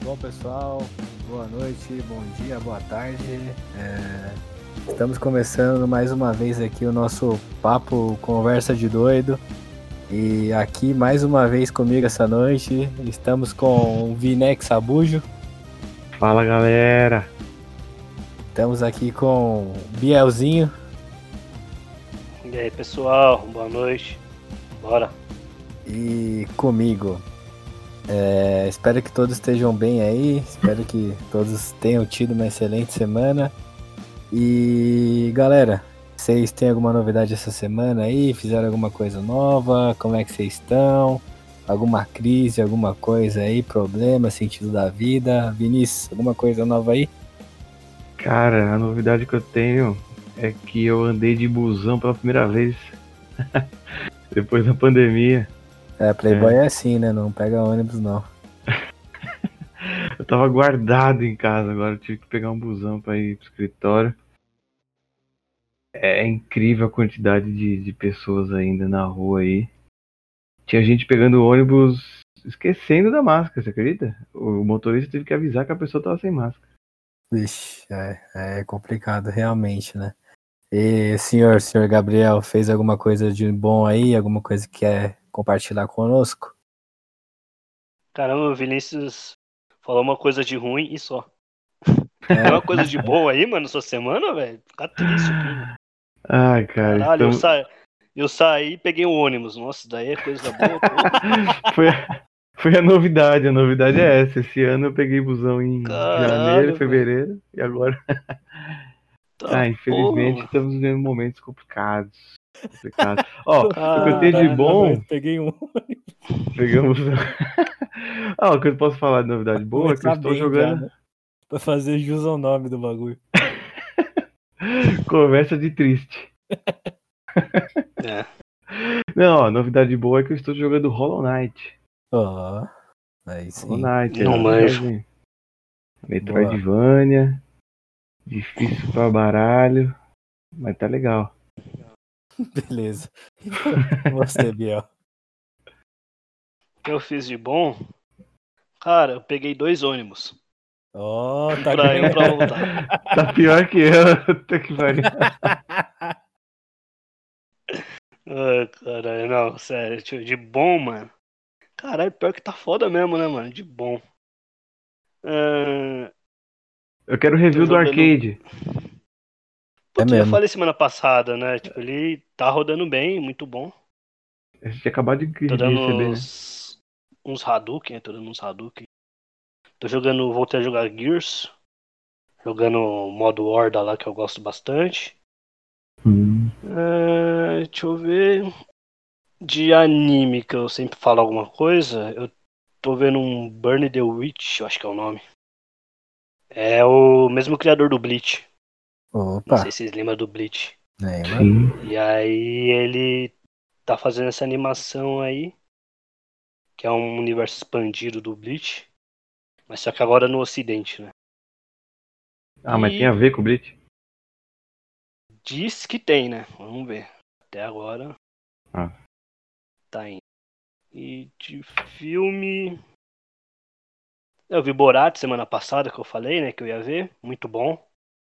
bom, pessoal? Boa noite, bom dia, boa tarde. Estamos começando mais uma vez aqui o nosso papo Conversa de Doido. E aqui mais uma vez comigo essa noite estamos com o Vinex Sabujo. Fala, galera. Estamos aqui com o Bielzinho. E aí, pessoal, boa noite. Bora. E comigo. Espero que todos estejam bem aí. Espero que todos tenham tido uma excelente semana. E galera, vocês têm alguma novidade essa semana aí? Fizeram alguma coisa nova? Como é que vocês estão? Alguma crise, alguma coisa aí? Problema, sentido da vida? Vinícius, alguma coisa nova aí? Cara, a novidade que eu tenho é que eu andei de busão pela primeira vez depois da pandemia. Playboy é assim, né? Não pega ônibus, não. Eu tava guardado em casa, agora eu tive que pegar um busão pra ir pro escritório. É incrível a quantidade de pessoas ainda na rua aí. Tinha gente pegando ônibus esquecendo da máscara, você acredita? O motorista teve que avisar que a pessoa tava sem máscara. Vixe, é complicado realmente, né? E senhor Gabriel, fez alguma coisa de bom aí? Alguma coisa que quer compartilhar conosco? Caramba, o Vinícius falou uma coisa de ruim e só. Tem uma coisa de boa aí, mano, sua semana, velho? Ficar triste aqui, mano. Ai, cara, Caralho, eu saí e peguei um ônibus. Nossa, daí é coisa boa, pô. Foi a novidade é essa. Esse ano eu peguei busão em janeiro, Caralho, fevereiro, e agora. tá, Infelizmente porra. estamos vivendo momentos complicados. Ó, o que eu tenho de Caralho, bom. Peguei um. Pegamos. O que eu posso falar de novidade boa é que eu estou jogando. Já, né? Pra fazer jus ao nome do bagulho. Conversa de triste. É. Não, a novidade boa é que eu estou jogando Hollow Knight. Aí sim. Hollow Knight, Não manjo. legalzinho. Metroidvania. Difícil pra baralho. Mas tá legal. Beleza. Você, Biel. O que eu fiz de bom? Cara, eu peguei 2 ônibus. Tá Pra ir pra voltar. Tá pior que eu. Até que pariu. Ai, caralho, não, sério, tio, de bom, mano. Caralho, pior que tá foda mesmo, né, mano? De bom. Eu quero Tô review do jogando. arcade. Puta, eu já mesmo. falei semana passada, né? Tipo, ele tá rodando bem, muito bom. A gente acabou de Tô dando receber, né? uns Hadouken, tô dando uns Hadouken. Voltei a jogar Gears. Jogando modo Horda lá, que eu gosto bastante. Deixa eu ver. De anime, que eu sempre falo alguma coisa, eu tô vendo um Burn the Witch, eu acho que é o nome. É o mesmo criador do Bleach. Não Opa. sei se vocês lembram do Bleach. Lembra? Sim. E aí ele tá fazendo essa animação aí, que é um universo expandido do Bleach, mas só que agora no ocidente, né? Mas tem a ver com o Bleach? Diz que tem, né? Vamos ver. Até agora tá indo. E de filme... Eu vi Borat semana passada, que eu falei, né? Que eu ia ver. Muito bom.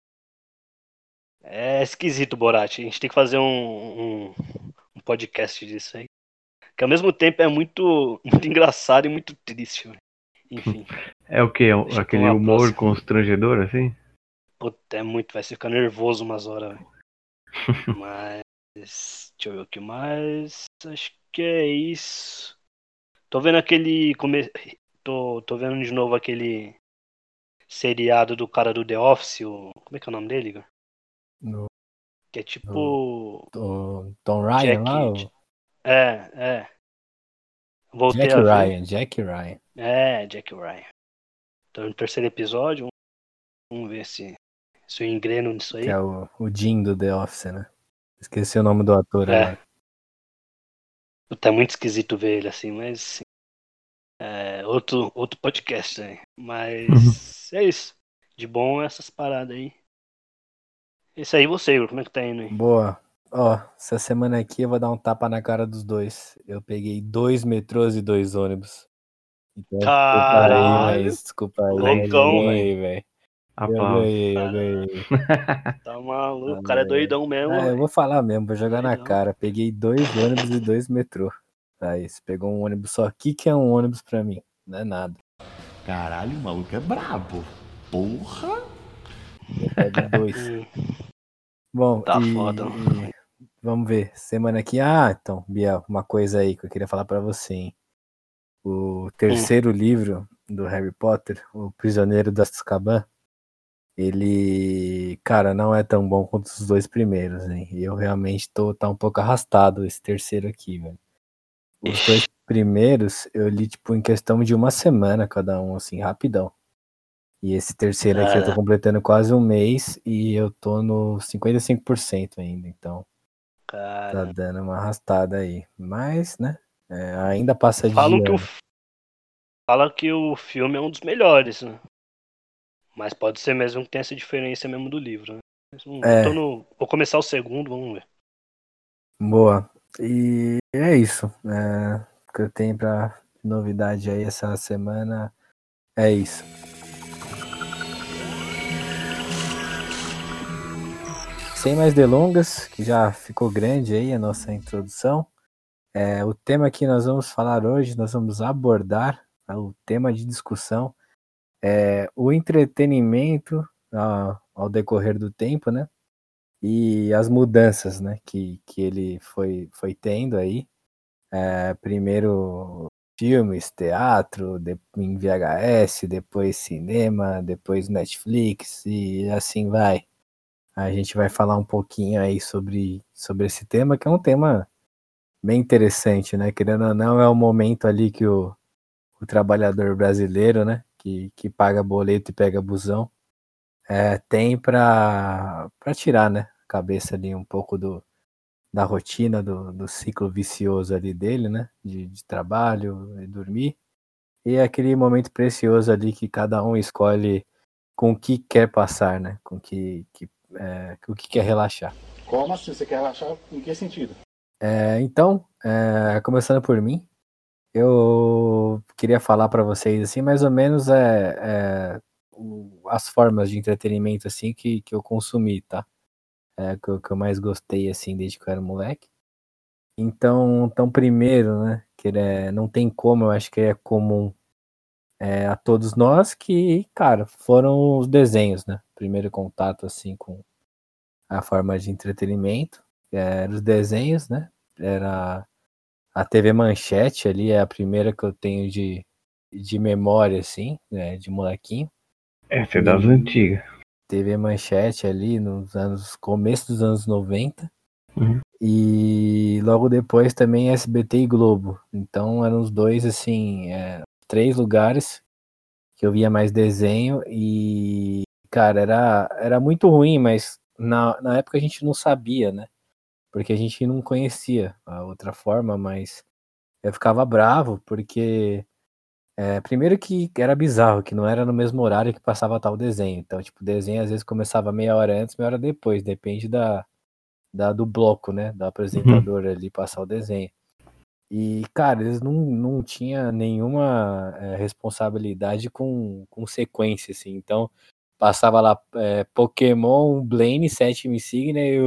É esquisito, Borat. A gente tem que fazer um podcast disso aí. Que ao mesmo tempo é muito, muito engraçado e muito triste, né? Enfim. É o quê? Deixa pra Aquele uma humor próxima. constrangedor, assim? Puta, é muito. Vai ficar nervoso umas horas, velho. Mas. Deixa eu ver o que mais. Acho que é isso. Tô vendo aquele. Tô vendo de novo aquele seriado do cara do The Office. Como é que é o nome dele, Igor? Que é tipo. O Tom Ryan lá? É. Voltei Jack a ver. Ryan, Jack Ryan. É, Jack Ryan. Tô no 3º episódio. Vamos ver se eu engreno nisso aí. Que é o Jim do The Office, né? Esqueci o nome do ator agora. Tá muito esquisito ver ele assim, mas é outro podcast aí. Mas é isso. De bom essas paradas aí. Isso aí você, Igor, como é que tá indo aí? Boa. Essa semana aqui eu vou dar um tapa na cara dos dois. Eu peguei 2 metrôs e 2 ônibus. Então, Caralho, desculpa aí, mas eu loucão, velho. ganhei, velho. Aplausos. Eu Cara, ganhei. tá maluco, o cara é doidão mesmo, Eu velho. vou falar mesmo, vou jogar na Doidão. cara. Peguei 2 ônibus e 2 metrô. Aí, você pegou um ônibus só aqui, que é um ônibus pra mim. Não é nada. Caralho, o maluco é brabo. Porra! Eu pego 2. Hum, Bom, tá foda. e vamos ver. Semana aqui. Então, Bia, uma coisa aí que eu queria falar pra você, hein? O terceiro livro do Harry Potter, O Prisioneiro de Azkaban, ele, cara, não é tão bom quanto os 2 primeiros, hein? E eu realmente tá um pouco arrastado esse terceiro aqui, velho. Os 2 Ixi, primeiros eu li, tipo, em questão de uma semana cada um, assim, rapidão. E esse terceiro aqui eu tô cara, completando quase um mês e eu tô no 55% ainda, então tá cara. dando uma arrastada aí. Mas, né, ainda passa de Falam que ano. fala que o filme é um dos melhores, né? Mas pode ser mesmo que tenha essa diferença mesmo do livro, né? Mas vamos ver. É, Vou começar o segundo, vamos ver. boa. E é isso. O que eu tenho pra novidade aí essa semana é isso. Sem mais delongas, que já ficou grande aí a nossa introdução. O tema que nós vamos falar hoje, nós vamos abordar, o tema de discussão é o entretenimento ao decorrer do tempo, né? E as mudanças, né, que ele foi tendo aí. Primeiro filmes, teatro, em VHS, depois cinema, depois Netflix e assim vai. A gente vai falar um pouquinho aí sobre esse tema, que é um tema bem interessante, né? Querendo ou não, é o momento ali que o trabalhador brasileiro, né, que paga boleto e pega busão, tem para tirar, né, a cabeça ali um pouco da rotina, do ciclo vicioso ali dele, né, de trabalho e dormir, e é aquele momento precioso ali que cada um escolhe com o que quer passar, né, com o que quer relaxar. Como assim? Você quer relaxar em que sentido? Então, começando por mim, eu queria falar para vocês assim, mais ou menos as formas de entretenimento assim que eu consumi, tá? Que eu mais gostei assim desde que eu era moleque. Então primeiro, né, não tem como, eu acho que é comum a todos nós que, cara, foram os desenhos, né? Primeiro contato assim com a forma de entretenimento, eram os desenhos, né? Era a TV Manchete ali, é a primeira que eu tenho de memória, assim, né, de molequinho. Essa é das antigas. TV Manchete ali começo dos anos 90. Uhum. E logo depois também SBT e Globo. Então eram os dois, assim, 3 lugares que eu via mais desenho e, cara, era muito ruim, mas na época a gente não sabia, né? Porque a gente não conhecia a outra forma, mas eu ficava bravo porque primeiro que era bizarro, que não era no mesmo horário que passava tal desenho. Então, tipo, o desenho às vezes começava meia hora antes, meia hora depois, depende do bloco, né? Do apresentador ali passar o desenho. E, cara, eles não tinham nenhuma responsabilidade com sequência, assim. Então, passava lá Pokémon, Blaine, sétima insígnia e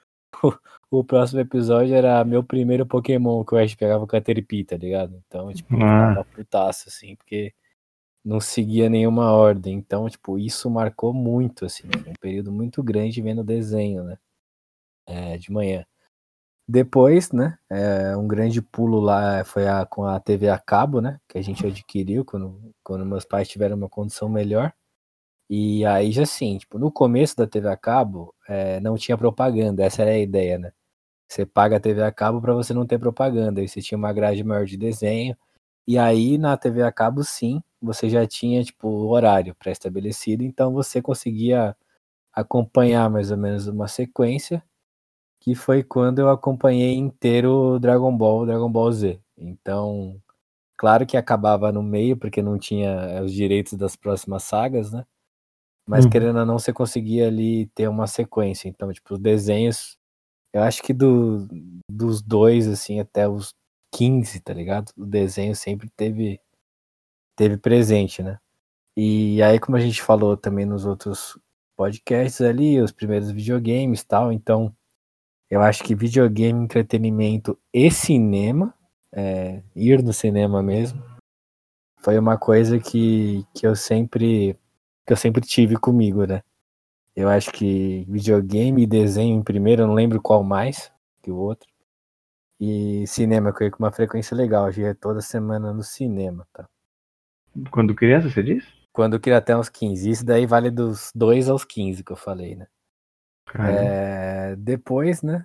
o próximo episódio era meu primeiro Pokémon, que eu acho que pegava o Caterpie, tá ligado? Então, tipo, eu ficava putaço, assim, porque não seguia nenhuma ordem. Então, tipo, isso marcou muito, assim. Foi um período muito grande vendo desenho, né? De manhã. Depois, né? Um grande pulo lá foi com a TV a cabo, né? Que a gente adquiriu quando meus pais tiveram uma condição melhor. E aí já assim, tipo, no começo da TV a cabo, não tinha propaganda, essa era a ideia, né? Você paga a TV a cabo para você não ter propaganda. Aí você tinha uma grade maior de desenho. E aí na TV a cabo, sim, você já tinha tipo o horário pré-estabelecido, então você conseguia acompanhar mais ou menos uma sequência, que foi quando eu acompanhei inteiro Dragon Ball Z. Então, claro que acabava no meio, porque não tinha os direitos das próximas sagas, né? Mas querendo ou não, você conseguia ali ter uma sequência. Então, tipo, os desenhos, eu acho que dos 2, assim, até os 15, tá ligado? O desenho sempre teve teve presente, né? E aí, como a gente falou também nos outros podcasts ali, os primeiros videogames e tal, então eu acho que videogame, entretenimento e cinema, ir no cinema mesmo, foi uma coisa que eu sempre tive comigo, né? Eu acho que videogame e desenho em primeiro, eu não lembro qual mais que o outro. E cinema, que eu ia com uma frequência legal, eu ia toda semana no cinema, tá? Quando criança, você disse? Quando eu queria até uns 15. Isso daí vale dos 2 aos 15 que eu falei, né? Caramba. Depois, né?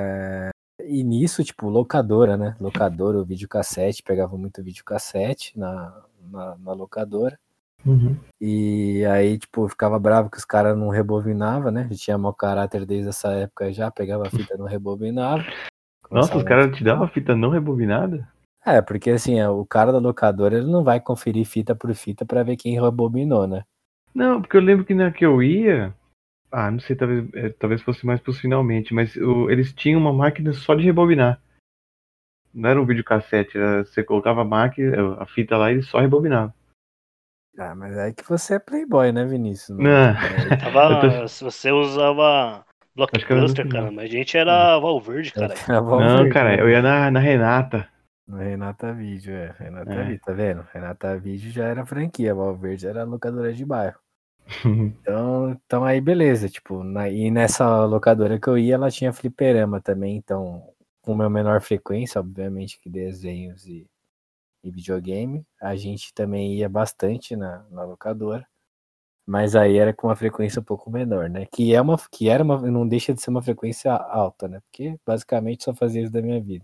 E nisso, tipo, locadora, né? Locadora, o videocassete, pegava muito videocassete na locadora. Uhum. E aí, tipo, eu ficava bravo que os caras não rebobinavam, né? Eu tinha mau caráter desde essa época já, pegava a fita e não rebobinava. Nossa, os Começava a caras te ficar. davam fita não rebobinada? Porque assim, o cara da locadora, ele não vai conferir fita por fita pra ver quem rebobinou, né? Não, porque eu lembro que na que eu ia. Ah, não sei, talvez fosse mais pros finalmente, mas eles tinham uma máquina só de rebobinar. Não era um videocassete, você colocava a máquina, a fita lá e ele só rebobinava. Ah, mas é que você é playboy, né, Vinícius? Não, Não. Eu tô- Se você usava Acho que era no Blockbuster, final. cara, mas a gente era Valverde, cara. Era Não, Valverde, cara, né? eu ia na Renata. No Renata Vídeo, Renata É. Vídeo, tá vendo? Renata Vídeo já era franquia, Valverde era locadora de bairro. Então aí beleza, tipo, e nessa locadora que eu ia, ela tinha fliperama também, então, com uma menor frequência, obviamente, que desenhos e videogame, a gente também ia bastante na locadora, mas aí era com uma frequência um pouco menor, né? Não deixa de ser uma frequência alta, né? Porque basicamente só fazia isso da minha vida.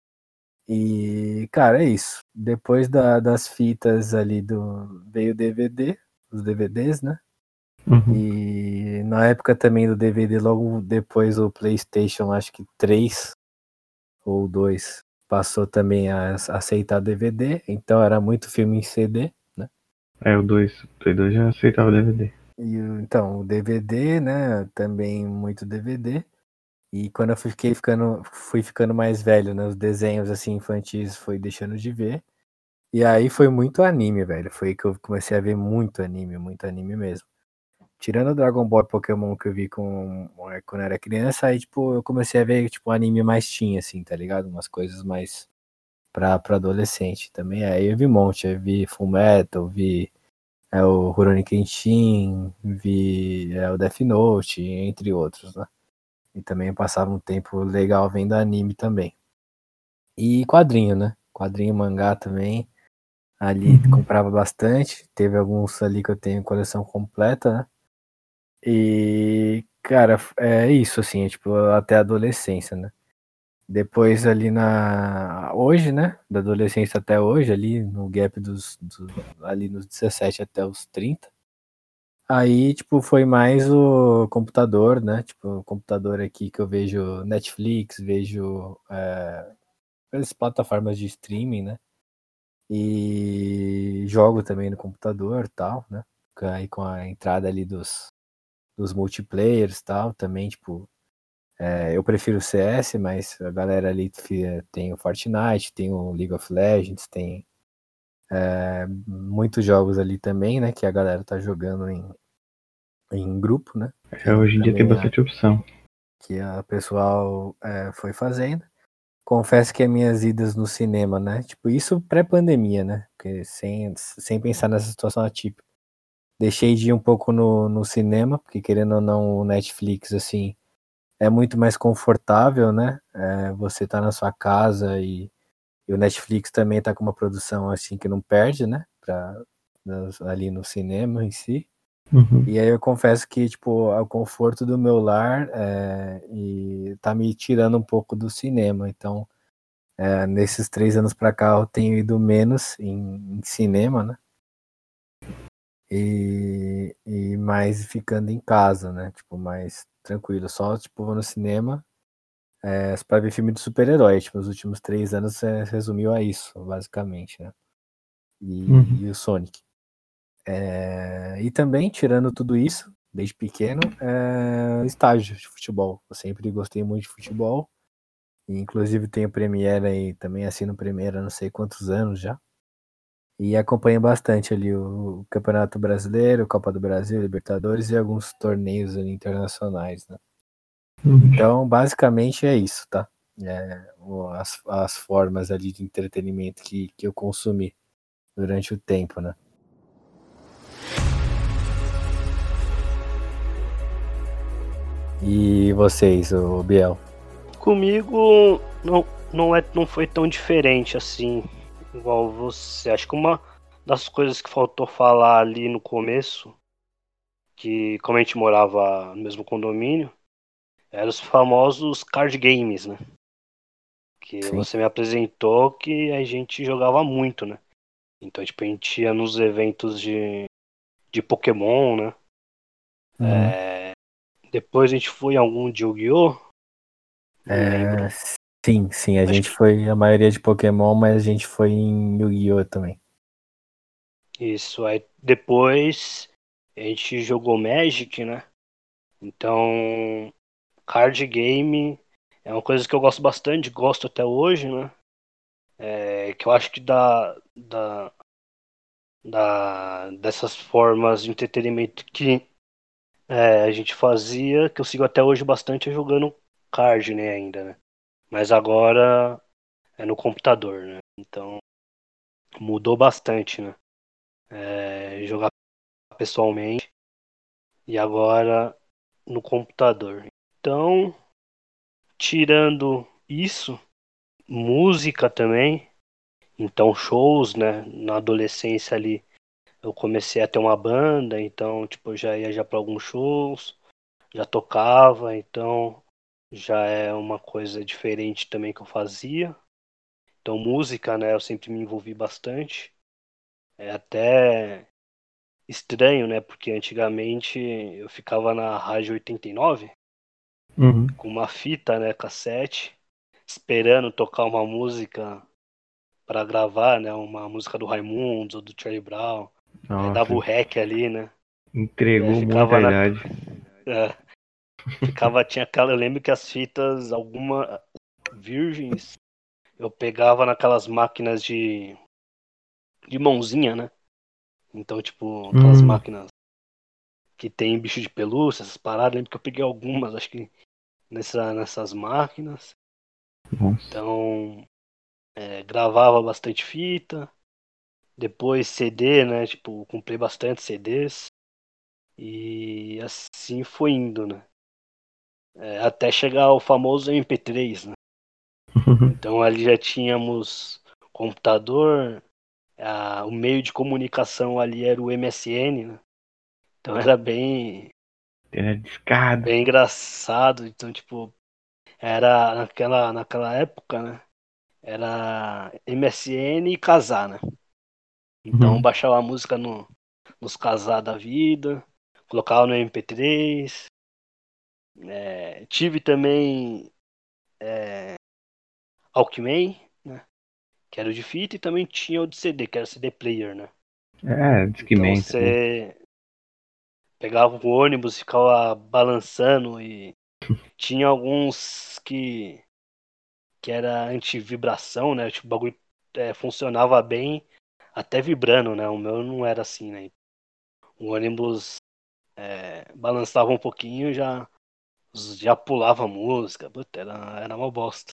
E, cara, é isso. Depois das fitas ali veio o DVD, os DVDs, né? Uhum. E na época também do DVD, logo depois o PlayStation, acho que 3 ou 2, passou também a aceitar DVD, então era muito filme em CD, né? O 2. O Play 2 já aceitava DVD. Então, o DVD, né? Também muito DVD. E quando eu fui ficando mais velho, né? Os desenhos assim infantis fui deixando de ver. E aí foi muito anime, velho. Foi que eu comecei a ver muito anime mesmo. Tirando o Dragon Ball e Pokémon que eu vi quando eu era criança, aí, tipo, eu comecei a ver, tipo, um anime mais teen, assim, tá ligado? Umas coisas mais pra adolescente também. Aí eu vi um monte, eu vi Fullmetal, vi o Rurouni Kenshin, vi o Death Note, entre outros, né? E também eu passava um tempo legal vendo anime também. E quadrinho, né? Quadrinho, mangá também. Ali comprava bastante. Teve alguns ali que eu tenho coleção completa, né? E, cara, é isso, assim, tipo, até a adolescência, né? Depois ali hoje, né? Da adolescência até hoje, ali no gap ali nos 17 até os 30. Aí, tipo, foi mais o computador, né? Tipo, o computador aqui que eu vejo Netflix, vejo as plataformas de streaming, né? E jogo também no computador e tal, né? Aí com a entrada ali dos multiplayers e tal, também, tipo, eu prefiro o CS, mas a galera ali tem o Fortnite, tem o League of Legends, tem muitos jogos ali também, né? Que a galera tá jogando em grupo, né? Hoje em dia tem Também bastante opção. que a pessoal foi fazendo. Confesso que as minhas idas no cinema, né? Tipo, isso pré-pandemia, né? Porque sem pensar nessa situação atípica. Deixei de ir um pouco no cinema, porque querendo ou não, o Netflix, assim, é muito mais confortável, né? Você tá na sua casa e o Netflix também tá com uma produção, assim, que não perde, né? Ali no cinema em si. Uhum. E aí eu confesso que, tipo, o conforto do meu lar e tá me tirando um pouco do cinema. Então, nesses 3 anos pra cá eu tenho ido menos em cinema, né? E mais ficando em casa, né? Tipo, mais tranquilo. Só, tipo, vou no cinema pra ver filme de super-herói. Tipo, os últimos 3 anos resumiu a isso, basicamente, né? E o Sonic. E também, tirando tudo isso, desde pequeno, estágio de futebol. Eu sempre gostei muito de futebol. E, inclusive tenho Premiere aí, também assino Premiere há não sei quantos anos já. E acompanho bastante ali o Campeonato Brasileiro, Copa do Brasil, Libertadores e alguns torneios ali internacionais, né? Então, basicamente é isso, tá? As formas ali de entretenimento que eu consumi durante o tempo, né? E vocês, o Biel? Comigo não foi tão diferente assim, igual você. Acho que uma das coisas que faltou falar ali no começo, que como a gente morava no mesmo condomínio, eram os famosos card games, né? Que Sim. você me apresentou que a gente jogava muito, né? Então, tipo, a gente ia nos eventos de Pokémon, né? Depois a gente foi em algum de Yu-Gi-Oh! Não lembro. Sim, a Acho gente que foi a maioria de Pokémon, mas a gente foi em Yu-Gi-Oh! Também. isso. Aí depois a gente jogou Magic, né? Então, card game é uma coisa que eu gosto bastante, gosto até hoje, né? Que eu acho que dessas formas de entretenimento que a gente fazia, que eu sigo até hoje bastante, é jogando card, né, ainda, né? Mas agora é no computador, né? Então mudou bastante, né? Jogar pessoalmente e agora no computador. Então, tirando isso, música também. Então, shows, né? Na adolescência ali, eu comecei a ter uma banda, então, tipo, eu já ia já para alguns shows, já tocava, então já é uma coisa diferente também que eu fazia. Então, música, né? Eu sempre me envolvi bastante. É até estranho, né? Porque antigamente eu ficava na Rádio 89 com uma fita, né? Cassete, esperando tocar uma música para gravar, né? Uma música do Raimundos ou do Charlie Brown. Aí dava Nossa, o rec ali, né? E aí entregou muito ficava a na. idade. é, tinha aquela. Eu lembro que as fitas, alguma virgens, eu pegava naquelas máquinas de mãozinha, né? Então, tipo, aquelas máquinas que tem bicho de pelúcia, essas paradas. Lembro que eu peguei algumas, acho que nessas máquinas. Nossa. Então, gravava bastante fita. Depois CD, né? Tipo, comprei bastante CDs. E assim foi indo, né? Até chegar ao famoso MP3, né? Então ali já tínhamos computador, o meio de comunicação ali era o MSN, né? Então era Era discada. bem engraçado. Então, tipo, era naquela época, né? Era MSN e casar, né? Então baixava a música nos casar da vida, colocava no MP3. Tive também Walkman, né? Que era o de fita, e também tinha o de CD, que era CD player, né? É, Então Discman também. você pegava o ônibus, ficava balançando e tinha alguns que era anti-vibração, né? Tipo, o bagulho funcionava bem até vibrando, né? O meu não era assim, né? O ônibus balançava um pouquinho, já pulava a música. Puta, era uma bosta.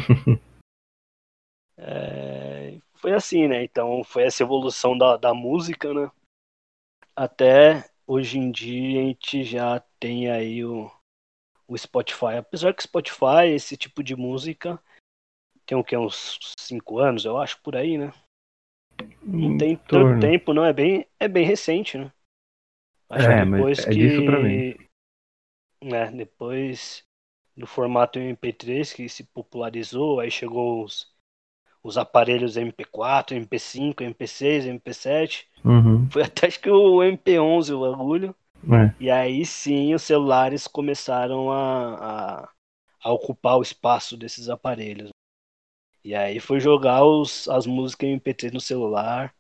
Foi assim, né? Então foi essa evolução da música, né? Até hoje em dia a gente já tem aí o Spotify. Apesar que o Spotify, esse tipo de música, tem o que? Uns 5 anos, eu acho, por aí, né? Não Em tem tanto torno. tempo, não. É bem recente, né? Acho que É, mas depois é disso pra mim. que. Né, depois do formato MP3 que se popularizou, aí chegou os aparelhos MP4, MP5, MP6, MP7. Foi até acho que o MP11 o bagulho. É. E aí sim os celulares começaram a ocupar o espaço desses aparelhos. E aí foi jogar as músicas MP3 no celular.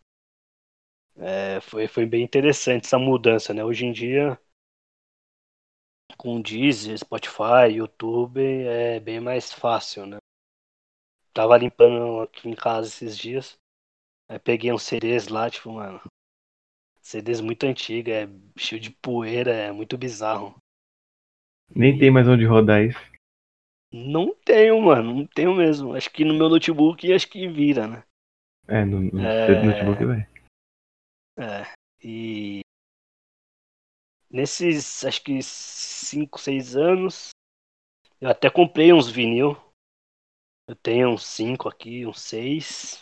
Foi bem interessante essa mudança, né? Hoje em dia, com Deezer, Spotify, YouTube, é bem mais fácil, né? Tava limpando aqui em casa esses dias. Aí peguei uns CDs lá, tipo, mano, CDs muito antigos, cheio de poeira, é muito bizarro. Nem tem mais onde rodar isso. Não tenho, mano, não tenho mesmo. Acho que no meu notebook acho que vira, né? No seu notebook É, vai. e nesses, acho que 5, 6 anos, eu até comprei uns vinil. Eu tenho uns 5 aqui, uns 6.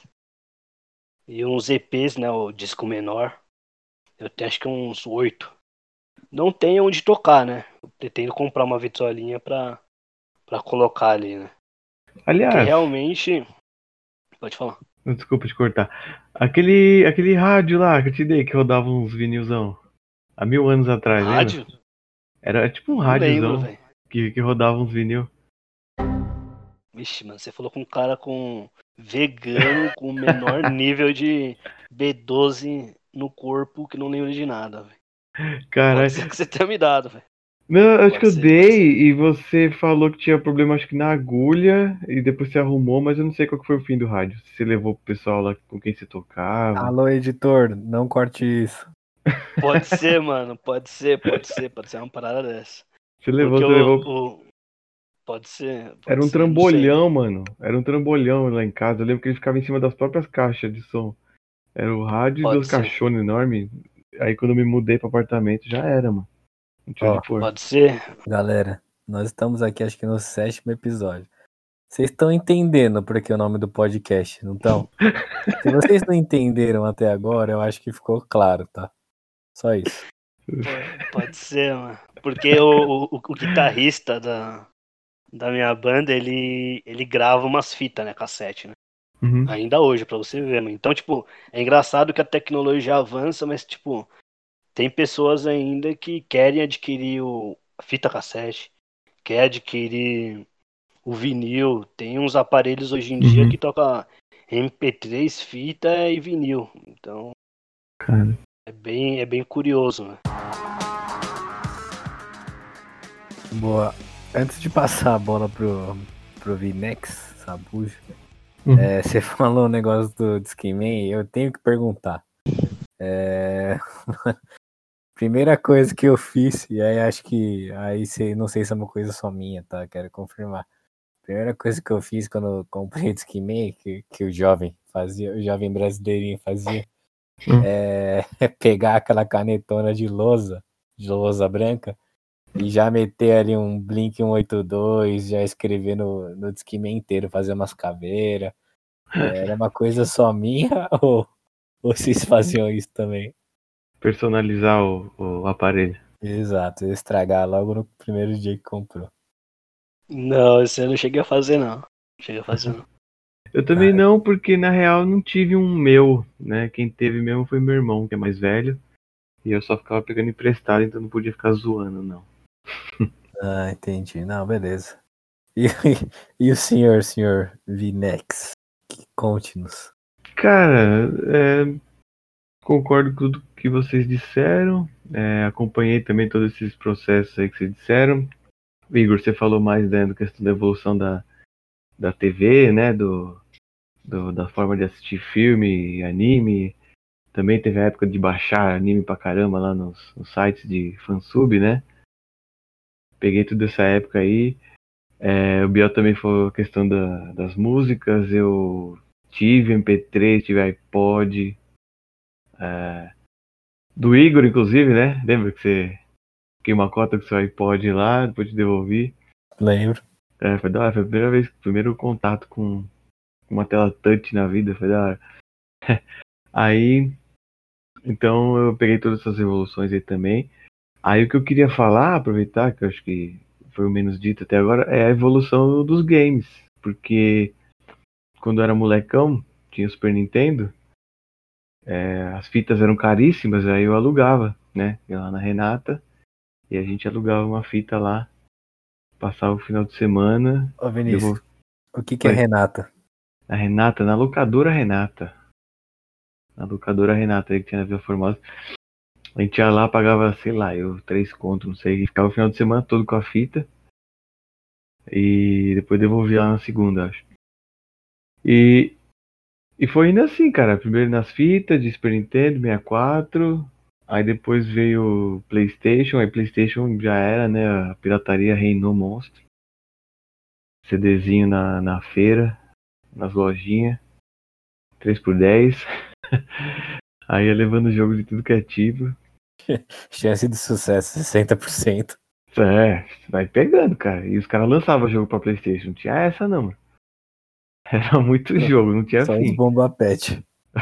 E uns EPs, né, o disco menor. Eu tenho acho que uns 8. Não tenho onde tocar, né? Eu pretendo comprar uma vitolinha pra colocar ali, né? Porque Aliás, realmente. Pode falar. desculpa te cortar. Aquele rádio lá que eu te dei, que rodava uns vinilzão. Há 1000 anos atrás, lembra? Rádio? Era tipo um Não lembro, rádiozão velho. que rodava uns vinil. Vixe, mano, você falou com um cara com vegano com o menor nível de B12 no corpo que não lembro de nada, velho. Pode ser Caralho. que você tenha me dado, velho. Não, acho que Pode eu ser, pode ser. dei e você falou que tinha problema, acho que na agulha, e depois você arrumou, mas eu não sei qual que foi o fim do rádio. Se você levou pro pessoal lá com quem você tocava. Alô, editor, não corte isso. Pode ser, mano. Pode ser uma parada dessa. Porque Você levou. pode Era um ser, não sei. trambolhão, mano. Era um trambolhão lá em casa. Eu lembro que ele ficava em cima das próprias caixas de som. Era o rádio e Pode duas ser. caixonas enormes. Aí quando eu me mudei pro apartamento, já era, mano. Não tinha onde Ó, pôr. Pode ser. galera, nós estamos aqui acho que no 7º episódio. Vocês estão entendendo porque o nome do podcast, não estão? Se vocês não entenderam até agora, eu acho que ficou claro, tá? Só isso. Pode ser, mano. Porque o guitarrista da minha banda, ele grava umas fitas, né, cassete, né? Uhum. Ainda hoje, pra você ver, mano. Então, tipo, é engraçado que a tecnologia avança, mas, tipo, tem pessoas ainda que querem adquirir a fita cassete, quer adquirir o vinil. Tem uns aparelhos hoje em dia Uhum. que toca MP3, fita e vinil. Então, Cara. é bem curioso, né? Boa. Antes de passar a bola pro Vinex, Sabujo, Uhum. você falou o negócio do Discman, eu tenho que perguntar. Primeira coisa que eu fiz, e aí acho que não sei se é uma coisa só minha, tá? Quero confirmar. Primeira coisa que eu fiz quando eu comprei o Discman, que o jovem fazia, o jovem brasileirinho fazia, é pegar aquela canetona de lousa branca, e já meter ali um Blink 182, já escrever no Discman inteiro, fazer umas caveiras. Era uma coisa só minha ou vocês faziam isso também? Personalizar o aparelho. Exato, estragar logo no primeiro dia que comprou. Não, isso eu não cheguei a fazer, não. Cheguei a fazer, não. Eu também não, porque na real não tive um meu, né? Quem teve mesmo foi meu irmão, que é mais velho. E eu só ficava pegando emprestado, então não podia ficar zoando, não. Ah, entendi. Não, beleza. E o senhor Vinex? Conte-nos. Cara, concordo com tudo que vocês disseram. Acompanhei também todos esses processos aí que vocês disseram. Igor, você falou mais, né, da questão da evolução da TV, né? Da forma de assistir filme, anime. Também teve a época de baixar anime pra caramba lá nos sites de fansub, né? Peguei toda essa época aí. O Biel também falou a questão das músicas. Eu tive MP3, tive iPod. Do Igor, inclusive, né? Lembra que você queimou uma cota com seu iPod lá, depois te devolvi. Lembro. Foi da hora, foi a primeira vez, primeiro contato com uma tela touch na vida, foi da hora. Aí, então eu peguei todas essas evoluções aí também. Aí o que eu queria falar, aproveitar, que eu acho que foi o menos dito até agora, é a evolução dos games. Porque quando eu era molecão, tinha o Super Nintendo, as fitas eram caríssimas, aí eu alugava, né? Ia lá na Renata e a gente alugava uma fita lá, passava o final de semana. Ô, Vinícius, o que é Oi. Renata? A Renata, na locadora Renata. Na locadora Renata aí que tinha na Vila Formosa. A gente ia lá, pagava, sei lá, 3 contos, não sei, e ficava o final de semana todo com a fita. E depois devolvia lá na segunda, acho. E E foi indo assim, cara. Primeiro nas fitas de Super Nintendo, 64. Aí depois veio o PlayStation. Aí PlayStation já era, né? A pirataria reinou monstro. CDzinho na feira, nas lojinhas. 3x10. Aí ia levando jogo de tudo que é tipo. Chance de sucesso, 60%. É, vai pegando, cara. E os caras lançavam jogo pra PlayStation. Não tinha essa, não, mano. Era muito jogo, não tinha Só os fim. bomba pet.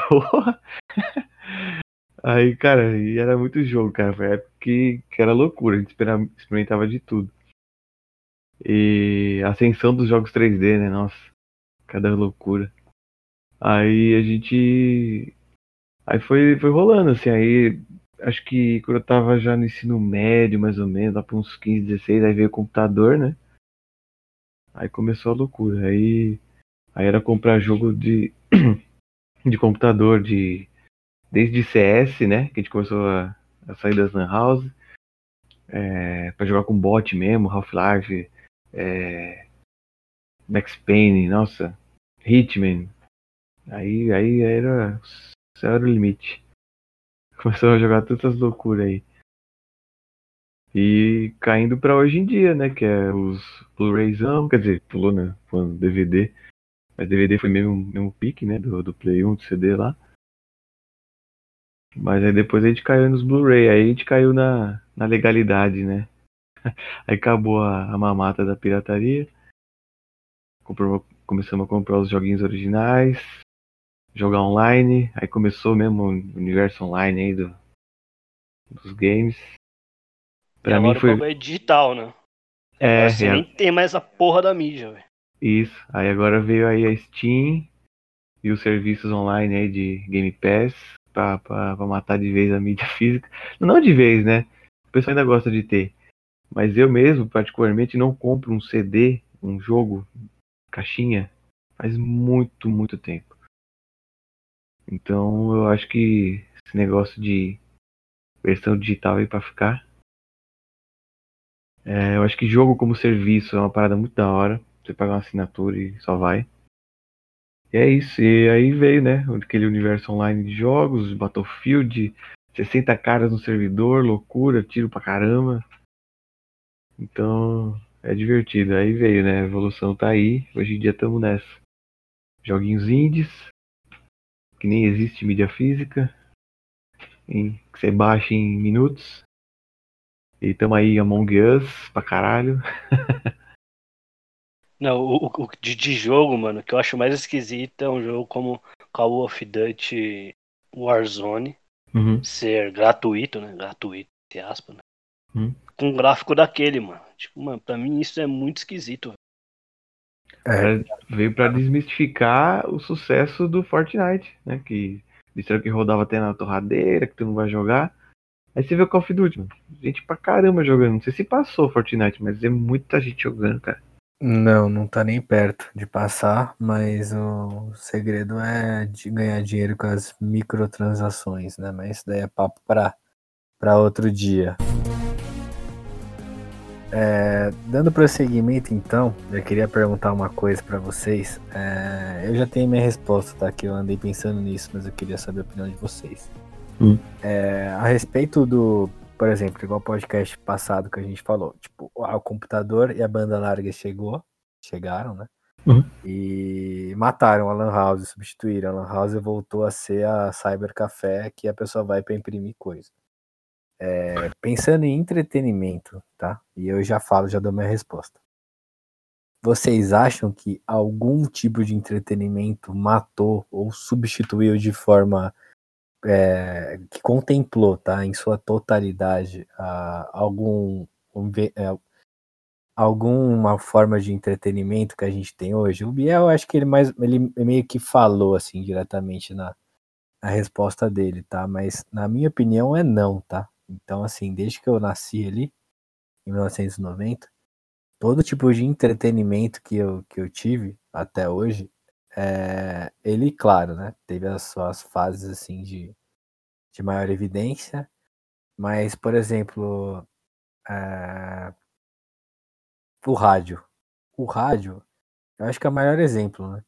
Aí, cara, e era muito jogo, cara. Foi a época que era loucura. A gente experimentava de tudo. E a ascensão dos jogos 3D, né? Nossa, cada loucura. Aí a gente. Aí foi rolando, assim. Aí acho que quando eu tava já no ensino médio, mais ou menos, lá pra uns 15, 16, aí veio o computador, né? Aí começou a loucura. Aí era comprar jogo de computador, desde CS, né? Que a gente começou a sair das Lan House. Pra jogar com bot mesmo, Half-Life, Max Payne, nossa, Hitman. Aí era o limite. Começou a jogar todas essas loucuras aí. E caindo pra hoje em dia, né? Que é os Blu-rayzão, quer dizer, pulou, né? Foi DVD. Mas DVD foi mesmo pique, né? Do Play 1, do CD lá. Mas aí depois a gente caiu nos Blu-ray, aí a gente caiu na legalidade, né? Aí acabou a mamata da pirataria. Começamos a comprar os joguinhos originais, jogar online. Aí começou mesmo o universo online aí dos games. E Pra mim agora o foi. bagulho é digital, né? E agora É, você nem tem mais a porra da mídia, velho. isso. Aí agora veio aí a Steam e os serviços online aí de Game Pass pra matar de vez a mídia física. Não de vez, né? O pessoal ainda gosta de ter. Mas eu mesmo, particularmente, não compro um CD, um jogo, caixinha, faz muito, muito tempo. Então eu acho que esse negócio de versão digital aí pra ficar. Eu acho que jogo como serviço é uma parada muito da hora. Você paga uma assinatura e só vai. E é isso. E aí veio, né? Aquele universo online de jogos, Battlefield, 60 caras no servidor, loucura, tiro pra caramba. Então é divertido. Aí veio, né? A evolução tá aí. Hoje em dia estamos nessa. Joguinhos indies, que nem existe mídia física, que você baixa em minutos. E tamo aí Among Us pra caralho. Não, de jogo, mano, o que eu acho mais esquisito é um jogo como Call of Duty Warzone Uhum. ser gratuito, né? Gratuito, entre aspas, né? Uhum. Com um gráfico daquele, mano. Tipo, mano, pra mim isso é muito esquisito, velho. Veio pra desmistificar o sucesso do Fortnite, né? Que disseram que rodava até na torradeira, que tu não vai jogar. Aí você vê o Call of Duty, mano. Gente pra caramba jogando. Não sei se passou Fortnite, mas é muita gente jogando, cara. Não, não tá nem perto de passar, mas o segredo é de ganhar dinheiro com as microtransações, né? Mas isso daí é papo pra outro dia. Dando prosseguimento, então, eu queria perguntar uma coisa pra vocês. Eu já tenho minha resposta, tá? Que eu andei pensando nisso, mas eu queria saber a opinião de vocês. A respeito do, por exemplo, igual o podcast passado que a gente falou, tipo, o computador e a banda larga chegaram, né? Uhum. E mataram a Lan House, substituíram. A Lan House voltou a ser a Cyber Café que a pessoa vai para imprimir coisa. Pensando em entretenimento, tá? E eu já dou minha resposta. Vocês acham que algum tipo de entretenimento matou ou substituiu de forma que contemplou, tá, em sua totalidade, alguma forma de entretenimento que a gente tem hoje? O Biel, acho que ele meio que falou assim diretamente na resposta dele, tá? Mas na minha opinião é não, tá? Então, assim, desde que eu nasci ali, em 1990, todo tipo de entretenimento que eu tive até hoje, ele, claro, né? Teve as suas fases assim de maior evidência, mas, por exemplo, o rádio. O rádio, eu acho que é o maior exemplo, né?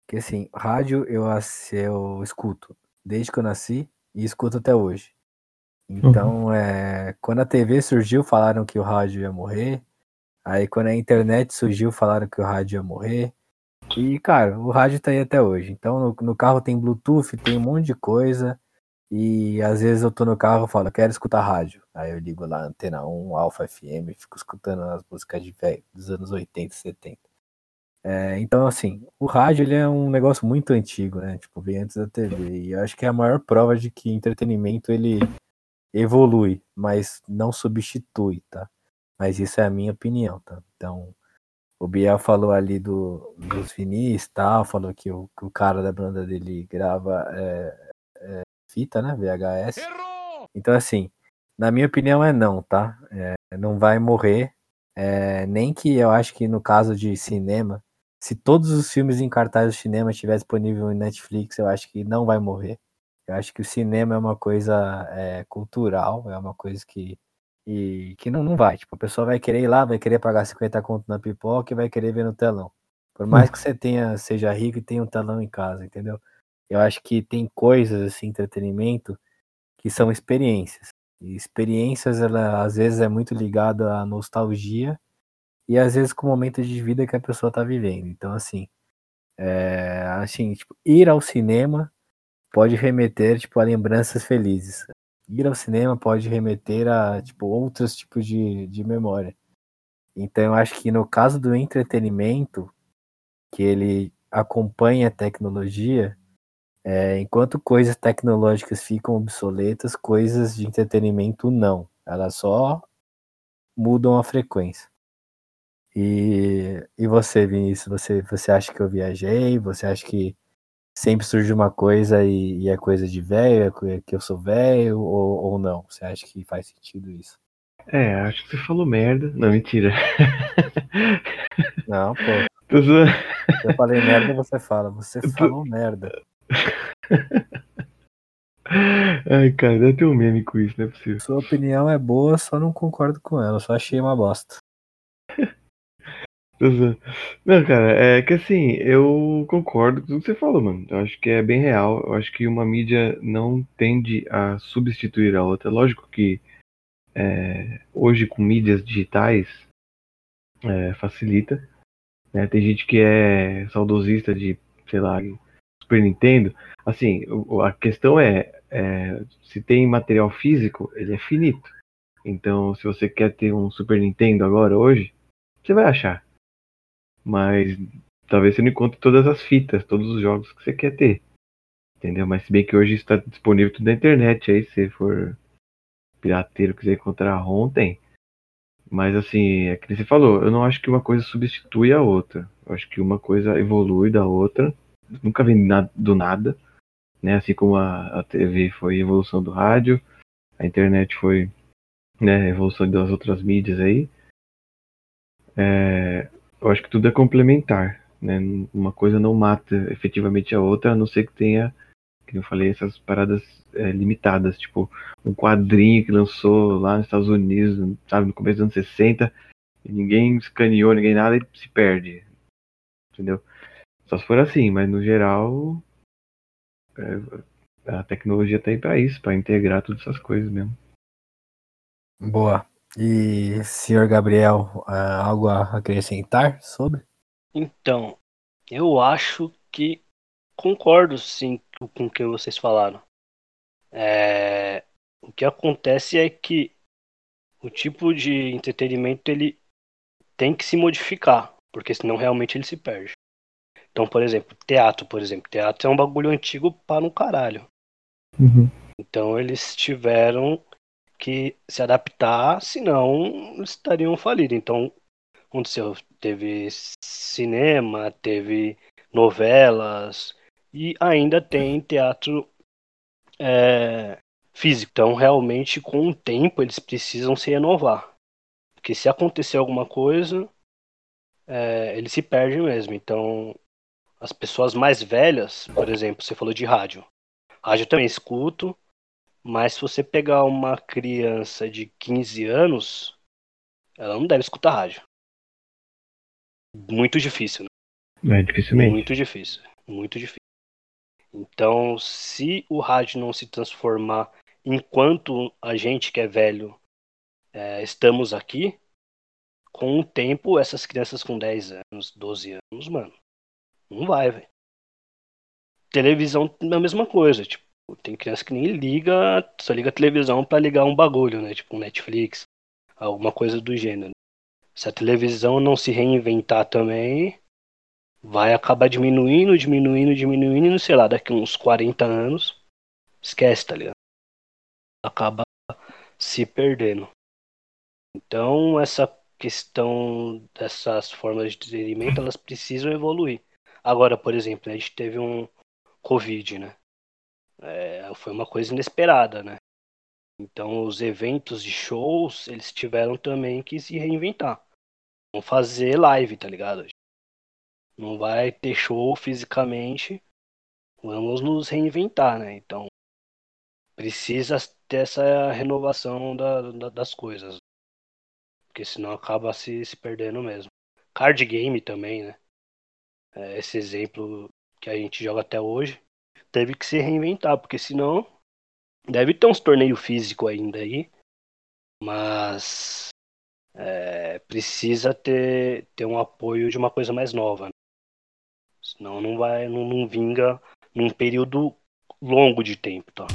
Que assim, rádio eu escuto desde que eu nasci e escuto até hoje. Então, quando a TV surgiu, falaram que o rádio ia morrer. Aí, quando a internet surgiu, falaram que o rádio ia morrer. E, cara, o rádio tá aí até hoje. Então, no carro tem Bluetooth, tem um monte de coisa. E às vezes eu tô no carro e falo, quero escutar rádio. Aí eu ligo lá, Antena 1, Alfa FM, e fico escutando as músicas de velho, dos anos 80 e 70. Então, assim, o rádio ele é um negócio muito antigo, né? Tipo, vem antes da TV. E eu acho que é a maior prova de que entretenimento ele evolui, mas não substitui, tá? Mas isso é a minha opinião, tá? Então, o Biel falou ali dos vinis e tal, falou que o cara da banda dele grava fita, né? VHS. Então, assim, na minha opinião é não, tá? Não vai morrer. Nem que eu acho que no caso de cinema, se todos os filmes em cartaz do cinema estiver disponível em Netflix, eu acho que não vai morrer. Eu acho que o cinema é uma coisa cultural, é uma coisa que não vai. Tipo, a pessoa vai querer ir lá, vai querer pagar 50 conto na pipoca e vai querer ver no telão. Por mais que você seja rico e tenha um telão em casa, entendeu? Eu acho que tem coisas, assim, entretenimento, que são experiências. E experiências, ela às vezes é muito ligada à nostalgia e às vezes com o momento de vida que a pessoa tá vivendo. Então, assim, tipo, ir ao cinema pode remeter, tipo, a lembranças felizes. Ir ao cinema pode remeter a, tipo, outros tipos de memória. Então, eu acho que no caso do entretenimento, que ele acompanha a tecnologia, enquanto coisas tecnológicas ficam obsoletas, coisas de entretenimento não. Elas só mudam a frequência. E você, Vinícius, você acha que eu viajei? Você acha que sempre surge uma coisa e é coisa de velho, que eu sou velho, ou não? Você acha que faz sentido isso? Acho que você falou merda. Não, mentira. Não, pô. Tô zoando. Se eu falei merda, você fala. Você tô- falou merda. Ai, cara, deve ter um meme com isso, não é possível. Sua opinião é boa, só não concordo com ela. Só achei uma bosta. Tô zoando. Não, cara, é que assim, eu concordo com tudo que você falou, mano. Eu acho que é bem real. Eu acho que uma mídia não tende a substituir a outra. Lógico que hoje com mídias digitais facilita, né? Tem gente que é saudosista de, sei lá, Super Nintendo. Assim, a questão se tem material físico, ele é finito. Então, se você quer ter um Super Nintendo agora, hoje, você vai achar. Mas talvez você não encontre todas as fitas, todos os jogos que você quer ter. Entendeu? Mas se bem que hoje está disponível tudo na internet, aí se for pirateiro quiser encontrar ROM, tem. Mas assim, é que nem você falou, eu não acho que uma coisa substitui a outra. Eu acho que uma coisa evolui da outra. Nunca vem do nada, né? Assim como a TV foi a evolução do rádio, a internet foi, né, a evolução das outras mídias aí. Eu acho que tudo é complementar, né? Uma coisa não mata efetivamente a outra, a não ser que tenha, que eu falei, essas paradas limitadas, tipo um quadrinho que lançou lá nos Estados Unidos, sabe, no começo dos anos 60, e ninguém escaneou, ninguém nada, e se perde, entendeu? Só se for assim, mas no geral a tecnologia tá aí pra isso, pra integrar todas essas coisas mesmo. Boa. E, senhor Gabriel, algo a acrescentar sobre? Então, eu acho que concordo sim com o que vocês falaram. O que acontece é que o tipo de entretenimento ele tem que se modificar, porque senão realmente ele se perde. Então, por exemplo, teatro é um bagulho antigo para um caralho. Uhum. Então eles tiveram que se adaptar, senão eles estariam falidos. Então, aconteceu, teve cinema, teve novelas e ainda tem teatro físico. Então, realmente, com o tempo, eles precisam se renovar. Porque se acontecer alguma coisa, ele se perde mesmo. Então, as pessoas mais velhas, por exemplo, você falou de rádio. Rádio eu também escuto, mas se você pegar uma criança de 15 anos, ela não deve escutar rádio. Muito difícil, né? Dificilmente. Muito difícil. Muito difícil. Então, se o rádio não se transformar enquanto a gente que é velho estamos aqui, com o tempo, essas crianças com 10 anos, 12 anos, mano, não vai, velho. Televisão é a mesma coisa, tipo, tem criança que nem liga, só liga a televisão pra ligar um bagulho, né? Tipo um Netflix, alguma coisa do gênero. Se a televisão não se reinventar também, vai acabar diminuindo, e não sei lá, daqui uns 40 anos, esquece, tá ligado? Acaba se perdendo. Então, essa questão dessas formas de entretenimento, elas precisam evoluir. Agora, por exemplo, a gente teve um Covid, né? Foi uma coisa inesperada, né? Então, os eventos de shows, eles tiveram também que se reinventar. Vão fazer live, tá ligado? Não vai ter show fisicamente, vamos nos reinventar, né? Então, precisa ter essa renovação das coisas, porque senão acaba se perdendo mesmo. Card game também, né? Esse exemplo que a gente joga até hoje, teve que se reinventar, porque senão deve ter uns torneios físicos ainda aí, mas precisa ter um apoio de uma coisa mais nova, né? Senão não vai, não vinga num período longo de tempo, tá?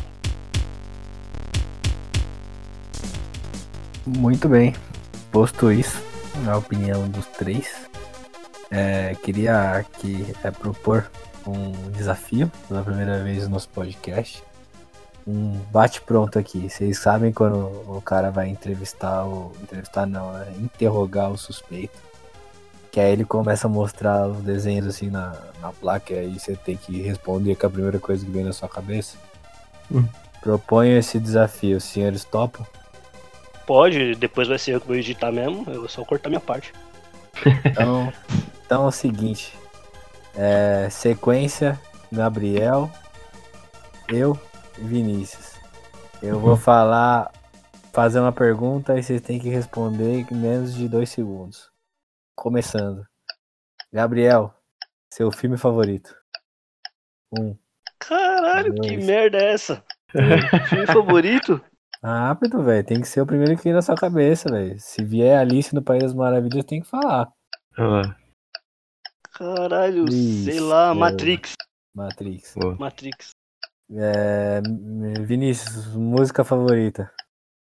Muito bem. Posto isso, na opinião dos três, queria aqui propor um desafio pela primeira vez no nosso podcast. Um bate-pronto aqui. Vocês sabem quando o cara vai interrogar o suspeito. Que aí ele começa a mostrar os desenhos assim na placa e aí você tem que responder com a primeira coisa que vem na sua cabeça. Proponho esse desafio, os senhores topam? Pode, depois vai ser eu que vou editar mesmo, eu vou só cortar minha parte. Então é o seguinte. Sequência, Gabriel, eu e Vinícius. Eu vou fazer uma pergunta e vocês têm que responder em menos de 2 segundos. Começando. Gabriel, seu filme favorito? 1. Caralho, que 2. merda é essa? Filme favorito? Rápido, velho. Tem que ser o primeiro que vem na sua cabeça, velho. Se vier Alice no País das Maravilhas, tem que falar. Olha lá. Caralho, sei Ixi, lá, Matrix. Matrix. Matrix. Vinícius, música favorita?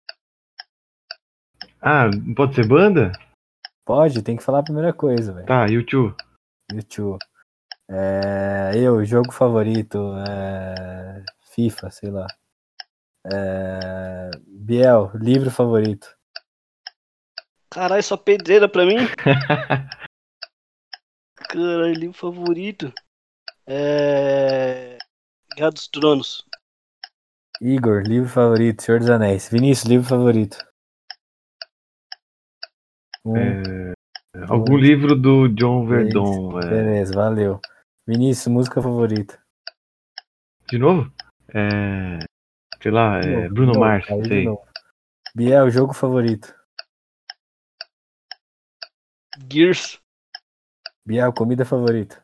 Ah, pode ser banda? Pode, tem que falar a primeira coisa, velho. Tá, YouTube. YouTube. Jogo favorito? FIFA, sei lá. Biel, livro favorito? Caralho, só pedreira pra mim? Caralho, livro favorito? Guerra dos Tronos. Igor, livro favorito? Senhor dos Anéis. Vinícius, livro favorito? Algum livro do John Verdon. Beleza, valeu. Vinícius, música favorita? De novo? Sei lá, Bruno Mars, sei. Biel, jogo favorito? Gears. Biel, comida favorita?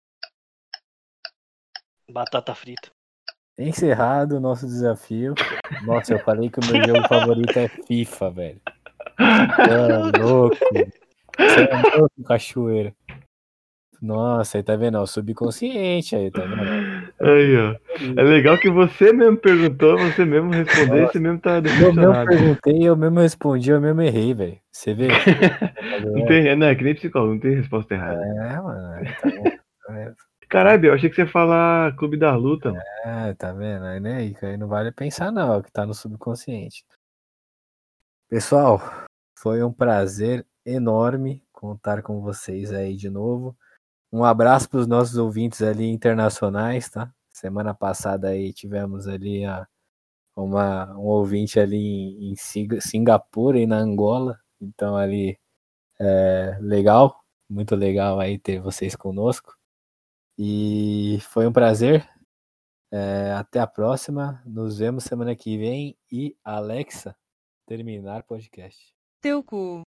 Batata frita. Encerrado o nosso desafio. Nossa, eu falei que o meu jogo favorito é FIFA, velho. Você é louco. Você é louco, cachoeira. Nossa, aí tá vendo? O subconsciente aí, tá vendo? Aí, ó. É legal que você mesmo perguntou, você mesmo respondeu, você mesmo tá Eu mesmo decepcionado. perguntei, eu mesmo respondi, eu mesmo errei, velho. Você vê? Não é que nem psicólogo, não tem resposta errada. Mano, tá vendo? Caralho, eu achei que você ia falar Clube da Luta, mano. Tá vendo? Aí, né? Aí não vale pensar não, é o que tá no subconsciente. Pessoal, foi um prazer enorme contar com vocês aí de novo. Um abraço para os nossos ouvintes ali internacionais, tá? Semana passada aí tivemos ali um ouvinte ali em Singapura e na Angola. Então ali legal, muito legal aí ter vocês conosco. E foi um prazer. Até a próxima. Nos vemos semana que vem. E Alexa, terminar podcast. Teu cu.